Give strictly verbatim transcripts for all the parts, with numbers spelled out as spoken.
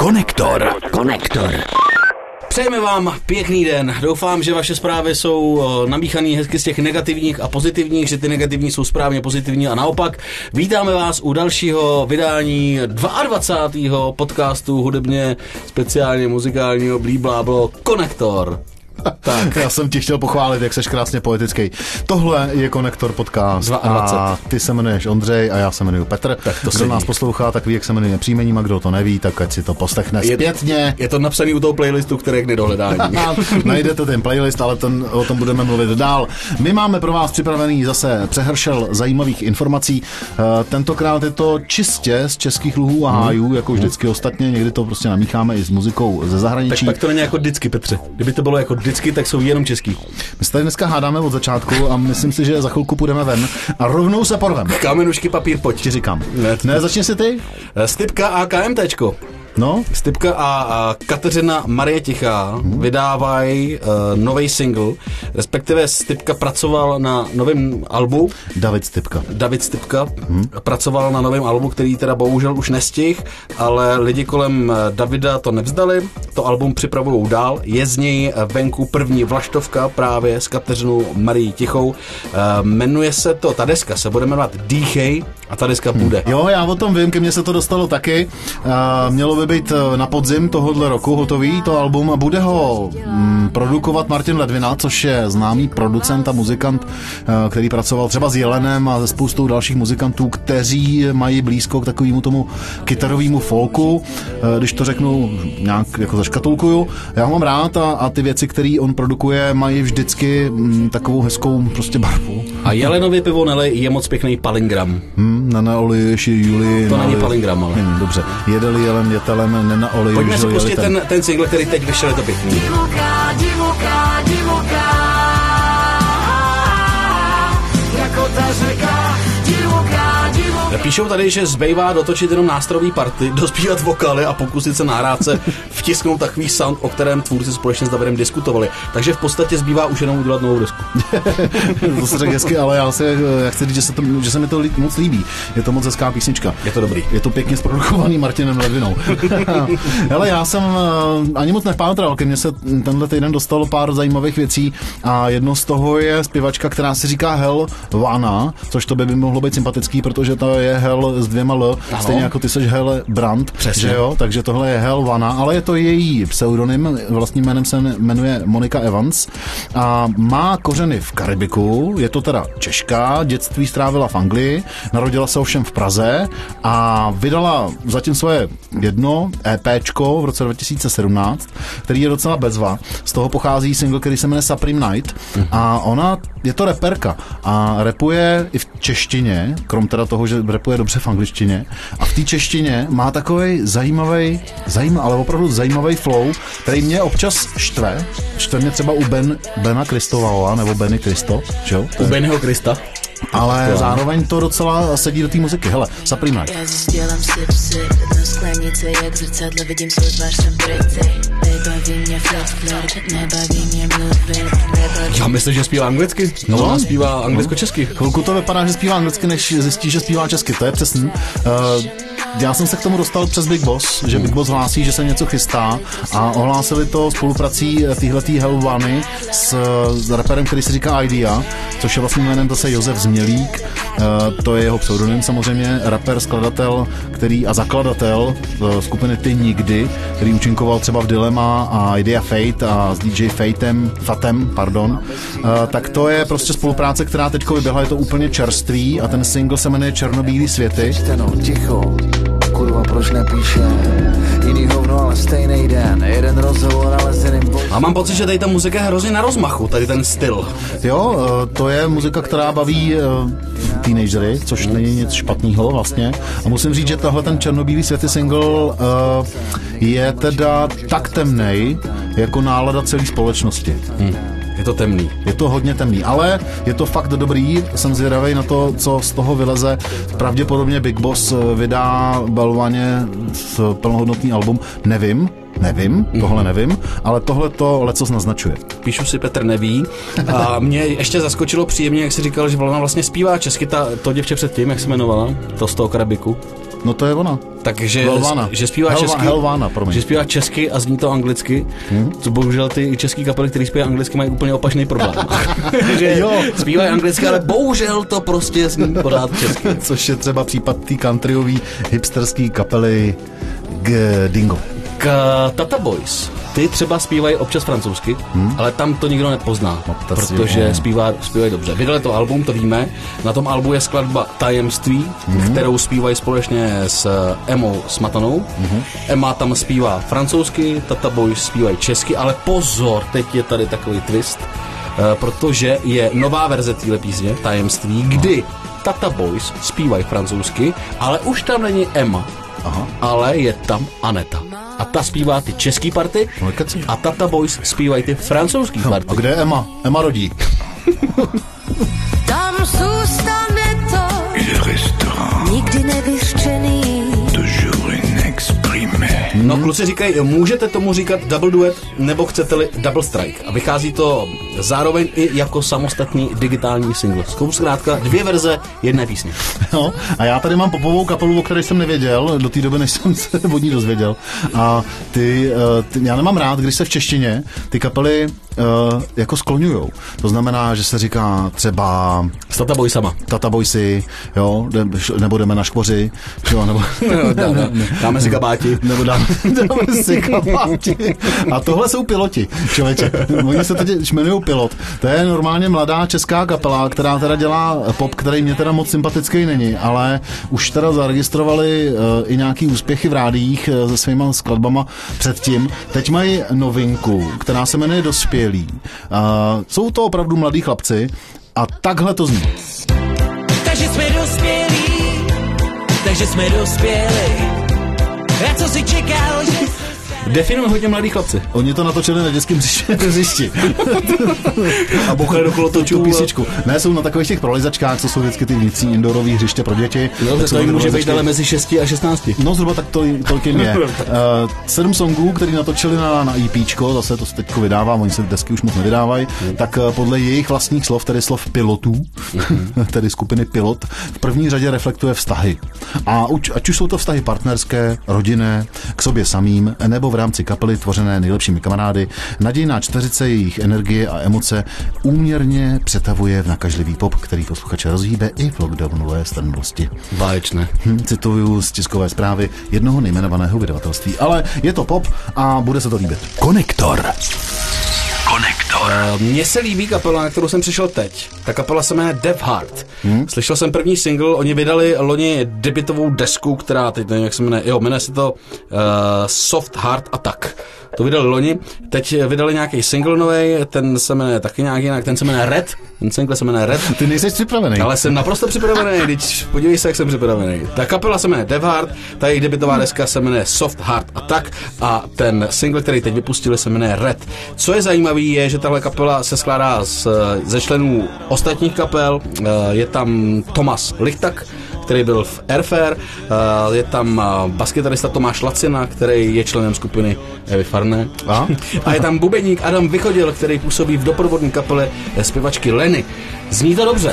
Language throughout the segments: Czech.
Konektor. Konektor. Přejeme vám pěkný den. Doufám, že vaše zprávy jsou namíchané hezky z těch negativních a pozitivních, že ty negativní jsou správně pozitivní a naopak. Vítáme vás u dalšího vydání dvacátého druhého podcastu hudebně speciálně muzikálního blíbláblo Konektor. Tak, já jsem ti chtěl pochválit, jak seš krásně poetický. Tohle je Konektor podcast dvacet dva. A ty se jmenuješ Ondřej a já se jmenuji Petr. Tak to kdo nás poslouchá, tak ví, jak se jmenuje příjmením, a kdo to neví, tak ať si to poslechne zpětně. Je to napsaný u toho playlistu, který je k nedohledání. Najdete ten playlist, ale ten, o tom budeme mluvit dál. My máme pro vás připravený zase přehršel zajímavých informací. Tentokrát je to čistě z českých luhů a hájů, hmm. jako vždycky ostatně. Někdy to prostě namícháme i s muzikou ze zahraničí. Tak, tak to není jako vždycky, Petře. Kdyby to bylo jako vždycky, tak jsou jenom český. My se tady dneska hádáme od začátku a myslím si, že za chvilku půjdeme ven a rovnou se porvem. Kamenušky, papír, pojď. Ti říkám. Ne, ne začni si ty? Stypka a KMTčko. No? Stypka a, a Kateřina Marie Tichá hmm. vydávají uh, nový single, respektive Stypka pracoval na novém albu. David Stypka. David Stypka hmm. pracoval na novém albu, který teda bohužel už nestihl, ale lidi kolem Davida to nevzdali. To album připravujou dál. Je z něj venku první vlaštovka právě s Kateřinou Marí Tichou. Uh, jmenuje se to, ta deska se bude jmenovat Dýchej a ta deska hmm. bude. Jo, já o tom vím, ke mně se to dostalo taky. Uh, mělo by být na podzim tohohle roku hotový to album a bude ho mm, produkovat Martin Ledvina, což je známý producent a muzikant, uh, který pracoval třeba s Jelenem a se spoustou dalších muzikantů, kteří mají blízko k takovému tomu kytarovému folku, uh, když to řeknu nějak jako zaškatulkuju. Já ho mám rád a, a ty věci, které on produkuje, mají vždycky mm, takovou hezkou prostě barvu. A Jelenovi pivo nelej je moc pěkný palingram. Hmm, na neoleješ Juli. To není palingram, ale. Není, dobře. Jedeli Jelen, jetelem, nenaoleješ. Pojďme si pustit ten, ten single, který teď vyšel, je to pěkný. Divoká, divoká, divoká, jako ta řeka, divoká, divoká. Píšou tady, že zbývá dotočit jenom nástrojový party, dospívat vokály a pokusit se nahrádce vtisknout takový sound, o kterém tvůrci společně s Davidem diskutovali. Takže v podstatě zbývá už jenom udělat novou desku. To se řekl hezky, ale já, se, já chci říct, že se, to, že se mi to moc líbí. Je to moc hezká písnička. Je to dobrý. Je to pěkně zprodukovaný Martinem Ledvinou. Hele, já jsem ani moc nepátral, ke mně se tenhle týden dostalo pár zajímavých věcí a jedno z toho je zpěvačka, která se říká Hel Vana, což to by mohlo být sympatický, protože to je Hel s dvěma L, ano. Stejně jako ty seš Hel Brand, že jo, takže tohle je Hel Vana, ale je to její pseudonym, vlastním jménem se jmenuje Monika Evans a má kořeny v Karibiku, je to teda Češka, dětství strávila v Anglii, narodila se ovšem v Praze a vydala zatím svoje jedno EPčko v roce dva tisíce sedmnáct, který je docela bezva. Z toho pochází single, který se jmenuje Supreme Night a ona je to reperka a rapuje i v češtině, krom teda toho, že rapuje dobře v angličtině a v té češtině má takovej zajímavý, zajímavý, ale opravdu zajímavý flow, který mě občas štve. Štve mě třeba u Ben, Bena Kristovala, nebo Benny Kristo, že jo? U Bennyho Krista. Ale to zároveň to docela sedí do té muziky. Hele, Supreme Night. Já dělám sip, sip, do sklenice, jak zrcadlo, vidím svůj tvář, jsem pretty. Nebaví mě flirt, flirt, nebaví mě mluvit. Já myslím, že zpívá anglicky. No, ona zpívá anglicko-česky. Chvilku to vypadá, že zpívá anglicky, než zjistí, že zpívá česky. To je přesný. Uh, já jsem se k tomu dostal přes Big Boss, že Big Boss hlásí, že se něco chystá a ohlásili to spoluprací téhletý Hel Vany s, s raperem, který se říká Idea, což je vlastně jménem zase Josef Změlík. Uh, to je jeho pseudonym samozřejmě, rapper, skladatel, který a zakladatel uh, skupiny Ty nikdy, který účinkoval třeba v Dilema a Idea Fate a s D J Fatem, Fatem, pardon. Uh, tak to je prostě spolupráce, která teďko vyběhla, je to úplně čerstvý a ten single se jmenuje Černobílý světy. Ticho, kurva, proč nepíše? Jiný hovno, ale stejný den. Jeden rozhovor, ale s jiným... A mám pocit, že tady ta muzika je hrozně na rozmachu, tady ten styl. Jo, to je muzika, která baví teenagery, což není nic špatného vlastně. A musím říct, že tohle ten Černobílý světy single uh, je teda tak temnej, jako nálada celé společnosti. Hmm. Je to temný. Je to hodně temný, ale je to fakt dobrý. Jsem zvědavej na to, co z toho vyleze. Pravděpodobně Big Boss vydá balvaně plnohodnotný album. Nevím, nevím, tohle nevím, ale tohle to lecos naznačuje. Píšu si, Petr neví. A mě ještě zaskočilo příjemně, jak jsi říkal, že ona vlastně zpívá česky, ta, to děvče předtím, jak se jmenovala, to z toho Karibiku. No to je ona. Takže Helvana. že zpívá Helva, česky, Helvana, promiň. že zpívá česky a zní to anglicky. Hmm. To bohužel ty český kapely, které zpívají anglicky, mají úplně opačný problém. Že Jo. zpívají anglicky, ale bohužel to prostě zní pořád česky. Což je třeba případ té countryový hipsterský kapely G- Dingo. K Tata Boys. Ty třeba zpívají občas francouzsky, hmm? ale tam to nikdo nepozná, No, protože zpívá, zpívají dobře. Vydali to album, to víme. Na tom albu je skladba Tajemství, hmm? kterou zpívají společně s Emou Smatanou. Hmm? Emma tam zpívá francouzsky, Tata Boys zpívají česky, ale pozor, teď je tady takový twist, protože je nová verze téhle písně, Tajemství, kdy Tata Boys zpívají francouzsky, ale už tam není Emma. Aha. Ale je tam Aneta. A ta zpívá ty český party a Tata Boys zpívají ty francouzský party. A kde je Emma? Emma rodí. Tam zůstane to nikdy nevyřčený. No kluci říkají, můžete tomu říkat double duet, nebo chcete-li double strike. A vychází to zároveň i jako samostatný digitální single. Zkrátka dvě verze jedné písně. No, a já tady mám popovou kapelu, o které jsem nevěděl, do té doby, než jsem se od ní dozvěděl. A ty, ty, já nemám rád, když se v češtině ty kapely uh, jako skloňujou. To znamená, že se říká třeba S Tata Boysama. Tata Boysy, jo, nebo jdeme na škvoři, jo, nebo no, dáme, dáme si kabáti. Nebo dáme, dáme si kabáti. A tohle jsou piloti, člověče. Oni se teď jmenují Pilot. To je normálně mladá česká kapela, která teda dělá pop, který mě teda moc sympatický není, ale už teda zaregistrovali uh, i nějaký úspěchy v rádiích uh, se svýma skladbama předtím. Teď mají novinku, která se jmenuje Dospělí. Uh, jsou to opravdu mladí chlapci a takhle to zní. Takže jsme dospělí, takže jsme dospěli. A co si čekal, že... Definujeme hodně mladí chlapci. Oni to natočili na dětském hřišti. A bouchali do kolotočů. Tu písničku. Ne, jsou na takových těch prolizačkách, co jsou vždycky ty vnitřní indoorové hřiště pro děti. Dobře, to jim může být ale mezi šesti a šestnácti. No zhruba tak to, tolik jim je. Uh, sedm songů, který natočili na, na EPčko, zase to se teďko vydává, oni se desky už moc nevydávají, mm. tak uh, podle jejich vlastních slov, tedy slov pilotů, mm. tedy skupiny Pilot, v první řadě reflektuje vztahy. A uč, ať už jsou to vztahy partnerské, rodinné, k sobě samým, nebo v rámci kapely tvořené nejlepšími kamarády, nadějná čtveřice jejich energie a emoce úměrně přetavuje v nakažlivý pop, který posluchače rozhýbe i v lockdownové strnulosti. Báječné. Hm, cituju z tiskové zprávy jednoho nejmenovaného vydavatelství. Ale je to pop a bude se to líbit. Konektor. Konektor. Uh, Mně se líbí kapela, na kterou jsem přišel teď. Ta kapela se jmenuje Dev Heart. Hmm? Slyšel jsem první single, oni vydali loni debutovou desku, která teď nevím, jak se jmenuje, jo, jmenuje se to uh, Soft Heart Attack. To vydali loni, teď vydali nějaký single novej, ten se jmenuje taky nějak jinak, ten se jmenuje Red, ten single se jmenuje Red. Ty nejsi připravený. Ale jsem naprosto připravený, teď podívej se, jak jsem připravený. Ta kapela se jmenuje Dev Heart, ta jejich debutová deska se jmenuje Soft Heart Attack a ten single, který teď vypustili, se jmenuje Red. Co je zajímavý, je, že tahle kapela se skládá z, ze členů ostatních kapel, je tam Tomas Lichtak, který byl v Airfare, je tam baskytarista Tomáš Lacina, který je členem skupiny Evy Farné. A? A je tam bubeník Adam Vychodil, který působí v doprovodní kapele zpěvačky Lenny. Zní to dobře.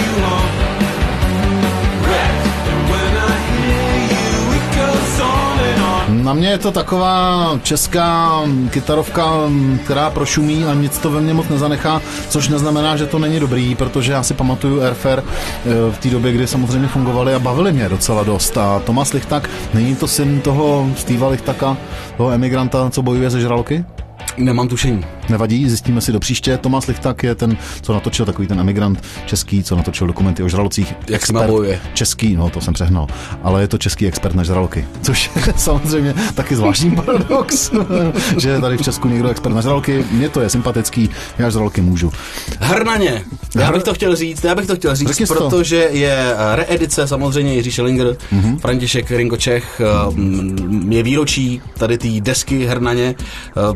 Na mě je to taková česká kytarovka, která prošumí a nic to ve mně moc nezanechá, což neznamená, že to není dobrý, protože já si pamatuju Airfare v té době, kdy samozřejmě fungovali a bavili mě docela dost. A Tomas Lichtak, není to syn toho Steva Lichtaka, toho emigranta, co bojuje ze žraloky? Nemám tušení. Nevadí, zjistíme si do příště. Tomas Lichtak je ten, co natočil, takový ten emigrant český, co natočil dokumenty o žralocích. Jak se bojuje? Český, no to jsem přehnal, ale je to český expert na žraloky, což je samozřejmě taky zvláštní paradox, že je tady v Česku někdo expert na žraloky. Mně to je sympatický, já žraloky můžu. Hrnaně, já bych to chtěl říct, já bych to chtěl říct, Řekni protože je reedice samozřejmě Jiří Schillinger, mm-hmm. František Ringo Čech, mm-hmm. je výročí tady té desky Hrnaně.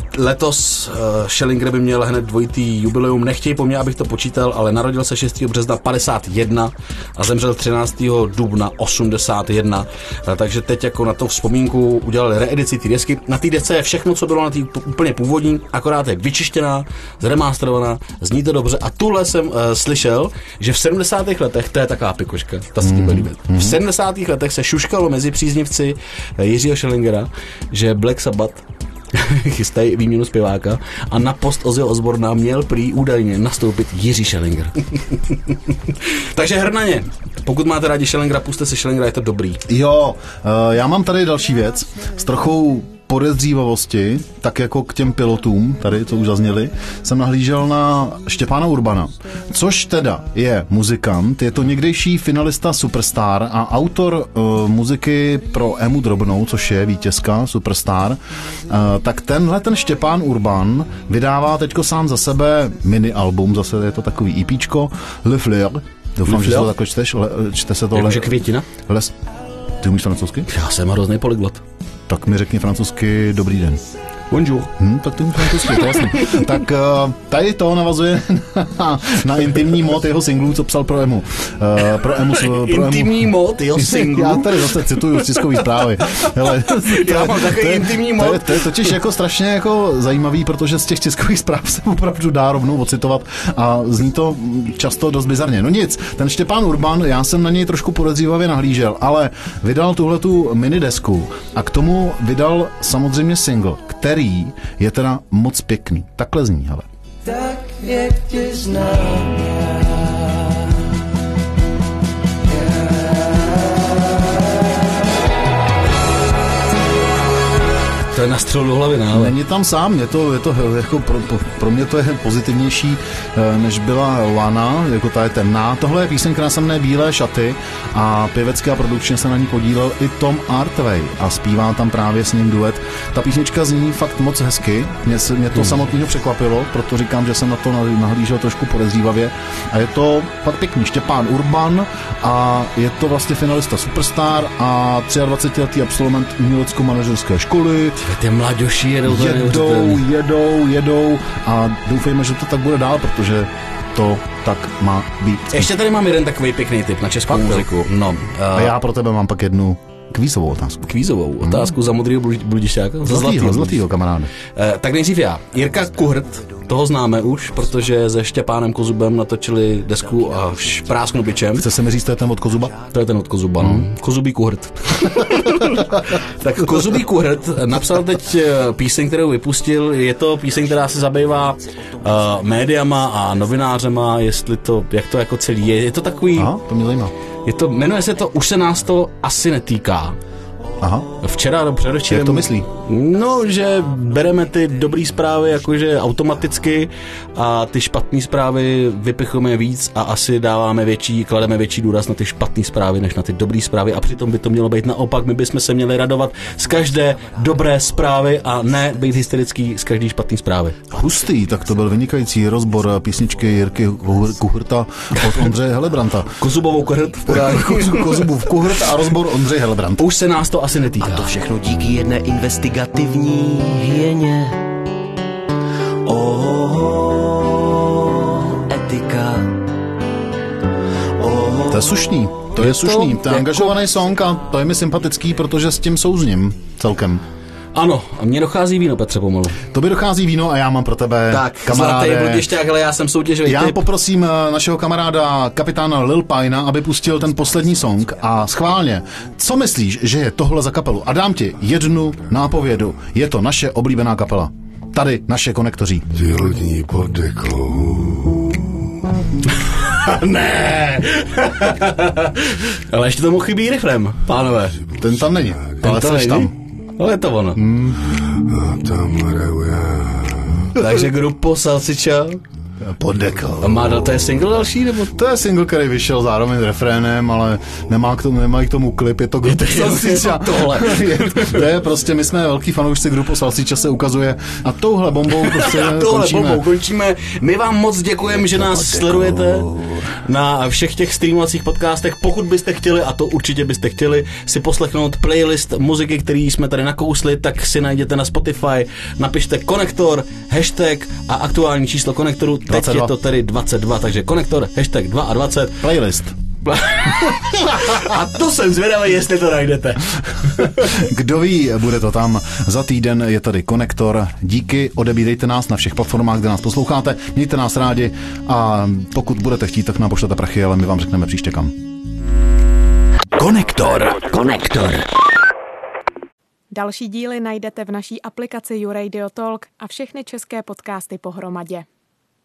letos uh, Schellinger by měl hned dvojitý jubileum. Nechtěj po mně, abych to počítal, ale narodil se šestého března padesát jedna a zemřel třináctého dubna osmdesát jedna. Uh, takže teď jako na to vzpomínku udělali reedici té desky. Na té desce je všechno, co bylo na té úplně původní, akorát je vyčištěná, zremasterovaná, zní to dobře. A tuhle jsem uh, slyšel, že v sedmdesátých letech, to je taková pikoška, ta se ti bude líbit. V sedmdesátých letech se šuškalo mezi příznivci Jiřího Schellingera, že Black Sabbath chystají výměnu zpěváka a na post Ozzyho Osborna měl prý údajně nastoupit Jiří Schellinger. Takže hrnaně, pokud máte rádi Schellingera, puste si Schellingera, je to dobrý. Jo, uh, já mám tady další věc s trochou podezřívavosti, tak jako k těm pilotům, tady, co už zazněli, jsem nahlížel na Štěpána Urbana, což teda je muzikant, je to někdejší finalista Superstar a autor uh, muziky pro Emu Drobnou, což je vítězka Superstar. Uh, tak tenhle ten Štěpán Urban vydává teďko sám za sebe mini album, zase je to takový EPčko, Le Fleur. Doufám, že se to takhle čteš, le, čte se to... Jakože květina? Les... Ty umíš francouzsky? Já jsem hrozný polyglot. Tak mi řekni francouzsky dobrý den. Bonjour. Hm, tak to je francouzsky, to je jasný. Tak uh, tady to navazuje na, na intimní mod jeho singlů, co psal pro Emu. Uh, pro Emu pro intimní Emu. mod jeho singlů? Já tady zase cituju z tiskový zprávy. Hele, to, Já mám takový to, intimní to, mod. to, je, to je totiž jako strašně jako zajímavý, protože z těch tiskových zpráv se opravdu dá rovnou ocitovat a zní to často dost bizarně. No nic, ten Štěpán Urban, já jsem na něj trošku podezřívavě nahlížel, ale vydal tuhletu minidesku a k tomu vydal samozřejmě single, který je teda moc pěkný. Takhle zní, hele. Tak jak tě znám já. To je nastřel do hlavy, ne? Není tam sám, je to, je to jako pro, pro mě to je pozitivnější, než byla Lana, jako ta je temná. Tohle je píseň, která se jmenuje Bílé šaty a pěvecky a produkčně se na ní podílel i Tom Artway a zpívá tam právě s ním duet. Ta písnička zní fakt moc hezky, mě, se, mě to hmm. samotného překvapilo, proto říkám, že jsem na to nahlížel trošku podezřívavě a je to fakt pěkný. Štěpán Urban a je to vlastně finalista Superstar a dvacetiletý absolvent umělecko-manažerské školy. Ty mladější jedou, jedou, jedou, jedou a doufejme, že to tak bude dál, protože to tak má být. Ještě tady mám jeden takový pěkný tip na českou Pak muziku. No, uh, a já pro tebe mám pak jednu kvízovou otázku. Kvízovou otázku hmm. za modrýho bludišťáka? Za zlatýho, zlatýho kamaráda. Uh, tak nejdřív já. Jirka Kuhrt, toho známe už, protože se Štěpánem Kozubem natočili desku a Prásknu bičem. Chce se mi říct, to je ten od Kozuba? To je ten od Kozuba, no. Hmm. Kozubý Kuhrt. Tak Kozubý Kuhrt napsal teď píseň, kterou vypustil. Je to píseň, která se zabývá uh, médiama a novinářema, jestli to, jak to jako celý je. Je to takový... Aha, to mě zajímá. Je to, jmenuje se to Už se nás to asi netýká. Aha. Včera do předevčírem. Jak to myslí? No, že bereme ty dobrý zprávy jakože automaticky a ty špatné zprávy vypichujeme víc a asi dáváme větší, klademe větší důraz na ty špatné zprávy, než na ty dobré zprávy a přitom by to mělo být naopak. My bychom se měli radovat z každé dobré zprávy a ne být hysterický z každé špatné zprávy. Hustý, tak to byl vynikající rozbor písničky Jirky Kuhrta od Ondřeje Helebranta. Kozubovou Kuhrt v podání. Kozubův Kuhrt a rozbor Ondřej Helebrant. Už se nás to asi netýká. A to všechno díky jedné investigativní hyeně. Oh, etika. Oh, to je slušný, to je, je slušný. To je angažovaný song a to je mi sympatický, protože s tím souzním celkem. Ano, a mně dochází víno, Petře, pomalu. To by dochází víno a já mám pro tebe, tak, kamaráde. Tak, zlatý bludišťák, ale já jsem soutěživý Já typ. poprosím našeho kamaráda kapitána Lil Pina, aby pustil ten poslední song a schválně, co myslíš, že je tohle za kapelu? A dám ti jednu nápovědu. Je to naše oblíbená kapela. Tady naše konektoří. Dělodní pod dekou. Ne. Ale ještě tomu chybí refrém, pánové. Ten tam není, Ten ale to jsi tam. Ale je to ono. Hmm. A tam hraju já. Takže grupo Salsicha. Pod dekou. A má, to je single další, nebo? To je single, který vyšel zároveň s refrénem, ale nemá k tomu, nemá k tomu klip, je to grupa Salsicha. Tohle. To je prostě, my jsme velký fanoušci grupu Salsicha, se ukazuje a touhle bombou prostě Tohle končíme. bombou končíme. My vám moc děkujeme, že nás sledujete na všech těch streamovacích podcastech. Pokud byste chtěli, a to určitě byste chtěli, si poslechnout playlist muziky, který jsme tady nakousli, tak si najděte na Spotify, napište Konektor, hashtag a aktuální číslo Konektoru. Teď dvacet dva. je to tedy dvacet dva, takže Konektor, hashtag dvacet dva. Playlist. A to jsem zvědavý, jestli to najdete. Kdo ví, bude to tam. Za týden je tady Konektor. Díky, odebírejte nás na všech platformách, kde nás posloucháte. Mějte nás rádi a pokud budete chtít, tak nám pošlete prachy, ale my vám řekneme příště kam. Konektor. Konektor. Další díly najdete v naší aplikaci YouRadio Talk a všechny české podcasty pohromadě.